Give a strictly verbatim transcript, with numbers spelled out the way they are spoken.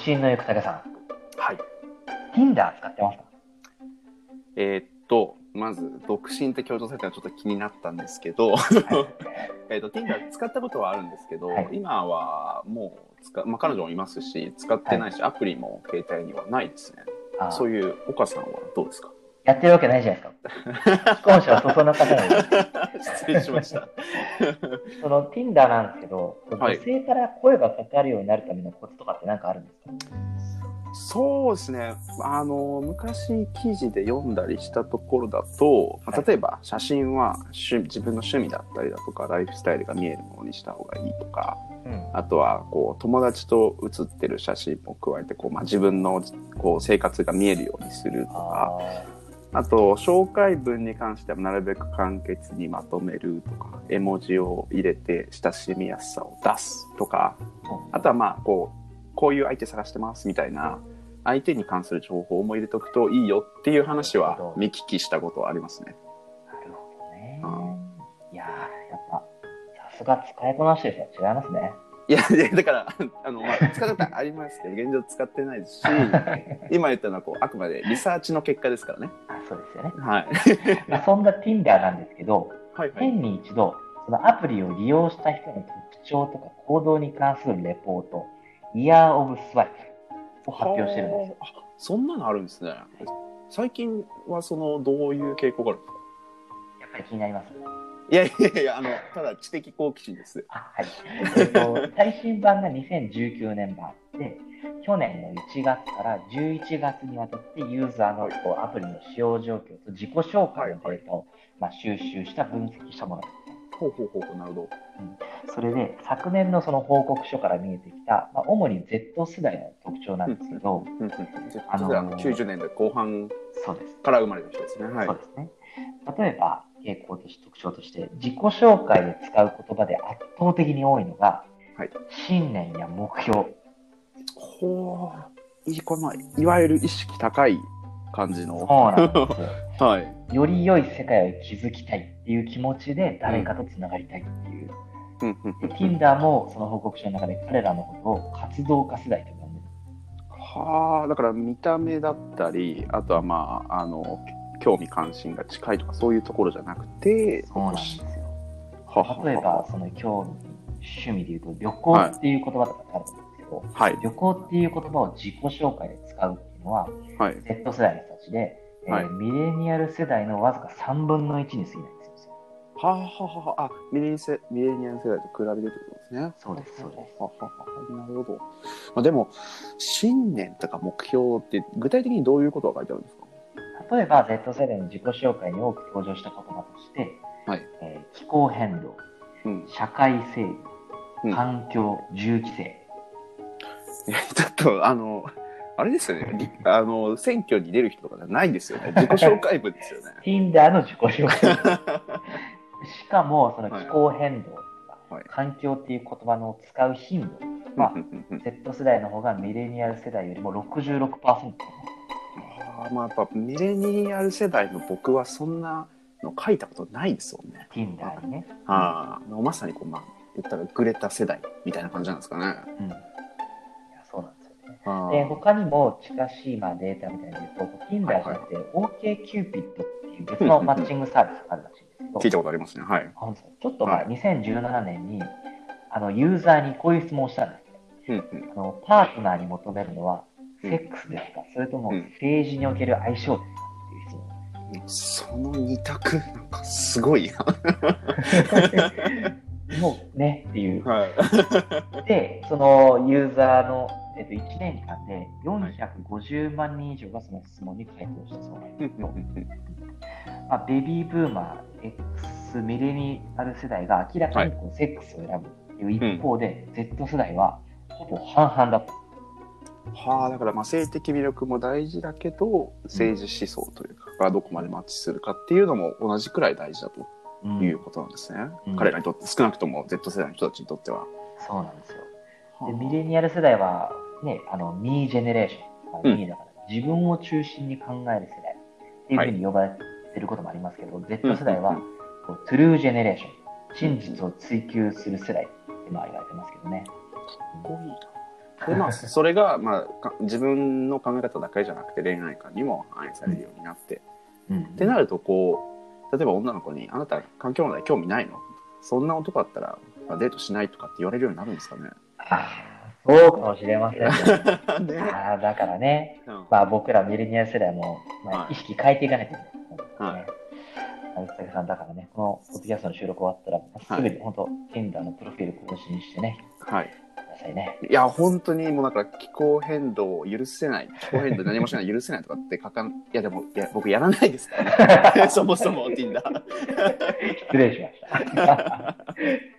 身の行く武さん。 はい。 Tinder 使ってますか？ えーっと、まず、独身って強調されたのはちょっと気になったんですけど、えっと、Tinder 使ったことはあるんですけど、 はい、 今はもう使、まあ、彼女もいますし、使ってないし、はい、アプリも携帯にはないですね。そういう岡さんはどうですか？ やってるわけないじゃないですか。既婚者はそその方なんです。 失礼しました。 その Tinder なんですけど、 はい、 女性から声がかかるようになるためのコツとかって何かあるんですか？ そうですね。あの、昔記事で読んだりしたところだと、はい、例えば写真は趣自分の趣味だったりだとか、ライフスタイルが見えるものにした方がいいとか、うん、あとはこう友達と写ってる写真も加えてこう、まあ、自分のこう生活が見えるようにするとか、あと紹介文に関してはなるべく簡潔にまとめるとか、絵文字を入れて親しみやすさを出すとか、あとはまあこうこういう相手探してますみたいな相手に関する情報も入れとくといいよっていう話は見聞きしたことはありますね。 なるほどね。うん、いやー、やっぱさすが使いこなしてる人は違いますね。 いや、だからあの、まあ、使ったことありますけど現状使ってないですし今言ったのはこうあくまでリサーチの結果ですからね。 あ、そうですよね。 はい。 まあそんな Tinder なんですけど、はいはい、年に一度そのアプリを利用した人の特徴とか行動に関するレポート、イヤーオブスワイプを発表してるんですよ。 あ、そんなのあるんですね。最近はそのどういう傾向があるんですか？ やっぱり気になります。 いやいやいや、あのただ知的好奇心です。 あ、はい。えっと最新版がにせんじゅうきゅうねん版で、去年のいちがつからじゅういちがつにわたってユーザーのこうアプリの使用状況と自己紹介のデータを、まあ、収集した分析したものです。 ほうほうほう、なるほど。 うん、それで昨年のその報告書から見えてきた、まあ、主に Z 世代の特徴なんですけど、 あのー、きゅうじゅうねんだいこう半から生まれた人ですね。はい、 そうですね。例えば傾向として特徴として自己紹介で使う言葉で圧倒的に多いのが、はい、信念や目標。 ほう、いいこのいわゆる意識高い感じの。 そうなんですよ。はい。より良い世界を築きたいっていう気持ちで誰かとつながりたいっていう。うん、Tinder もその報告書の中で彼らのことを活動家世代と呼んでる。 はあ、だから見た目だったり、あとはまああの興味関心が近いとかそういうところじゃなくて、 そうなんですよ。は例えばその興味趣味でいうと旅行っていう言葉とかあるんですけど、はい、旅行っていう言葉を自己紹介で使うっていうのは、はい、Z 世代の人たちで、はい、えー、ミレニアル世代のわずかさんぶんのいちに過ぎないんですよ。 はあ、はあはあ、あ、ミレニセミレニアル世代と比べてってことですね。 そうですそうです。 ははは、なるほど。まあ、でも信念とか目標って具体的にどういうことが書いてあるんですか？ 例えば Z 世代の自己紹介に多く登場した言葉として、はい、えー、気候変動、うん、社会正義、うん、環境、銃規制。 いやちょっとあのあれですよね。あの選挙に出る人とかじゃないですよね。自己紹介文ですよね。 Tinder の自己紹介しかもその気候変動とか、はい、環境っていう言葉の使う頻度は、Z 世代の方がミレニアル世代よりも ろくじゅうろくパーセント。 あ、まあ、やっぱミレニアル世代の僕はそんなの書いたことないですもんね。 Tinder にね。 ああ、まさにこう、まあ、言ったらグレタ世代みたいな感じなんですかね。 うん、いやそうなんですよね。で他にも近しいまあデータみたいなので言うと、Tinder じゃなくて OKCupid っていう別のマッチングサービスがあるらしいんですけど、 聞いたことありますね。はい。 ちょっとまあにせんじゅうななねんにあのユーザーにこういう質問をしたんですね。うんうん、あのパートナーに求めるのはセックスですか、それとも政治における相性ですかっていう質問。 その二択なんかすごいなもうねっていう、はい、でそのユーザーの、えっと、いちねんかんでよんひゃくごじゅうまんにん以上がその質問に回答したそうなんですけど、まあ、ベビーブーマー X ミレニアル世代が明らかにこうセックスを選ぶっていう一方で、はい、Z 世代はほぼ半々だと。 はあ、だからまあ性的魅力も大事だけど政治思想というかがどこまでマッチするかっていうのも同じくらい大事だということなんですね、うん、彼らにとって少なくとも Z 世代の人たちにとっては。 そうなんですよ。でミレニアル世代はね、あのミージェネレーション、まあ、ミーだから自分を中心に考える世代っていうふうに呼ばれてることもありますけど、はい、Z 世代は、うん、トゥルージェネレーション、真実を追求する世代ってまあ言われてますけどね。 かっこいいな。 でまあそれが、まあ、自分の考え方だけじゃなくて恋愛観にも反映されるようになって、うん、ってなるとこう例えば女の子にあなた環境問題興味ないの、そんな男だったらデートしないとかって言われるようになるんですかね。 あそうかもしれませんね。ねあだからね、うん、まあ、僕らミレニアル世代も、まあ、意識変えていかないといけないですね。はい、さんだからね、このポッドキャストの収録終わったら、すぐに本当、Tinder のプロフィール更新してね。はい。くださいね。 いや、本当にもうだから気候変動を許せない、気候変動何もしない許せないとかって書かん、いやでも、いや僕やらないですからね。そもそも Tinder。 失礼しました。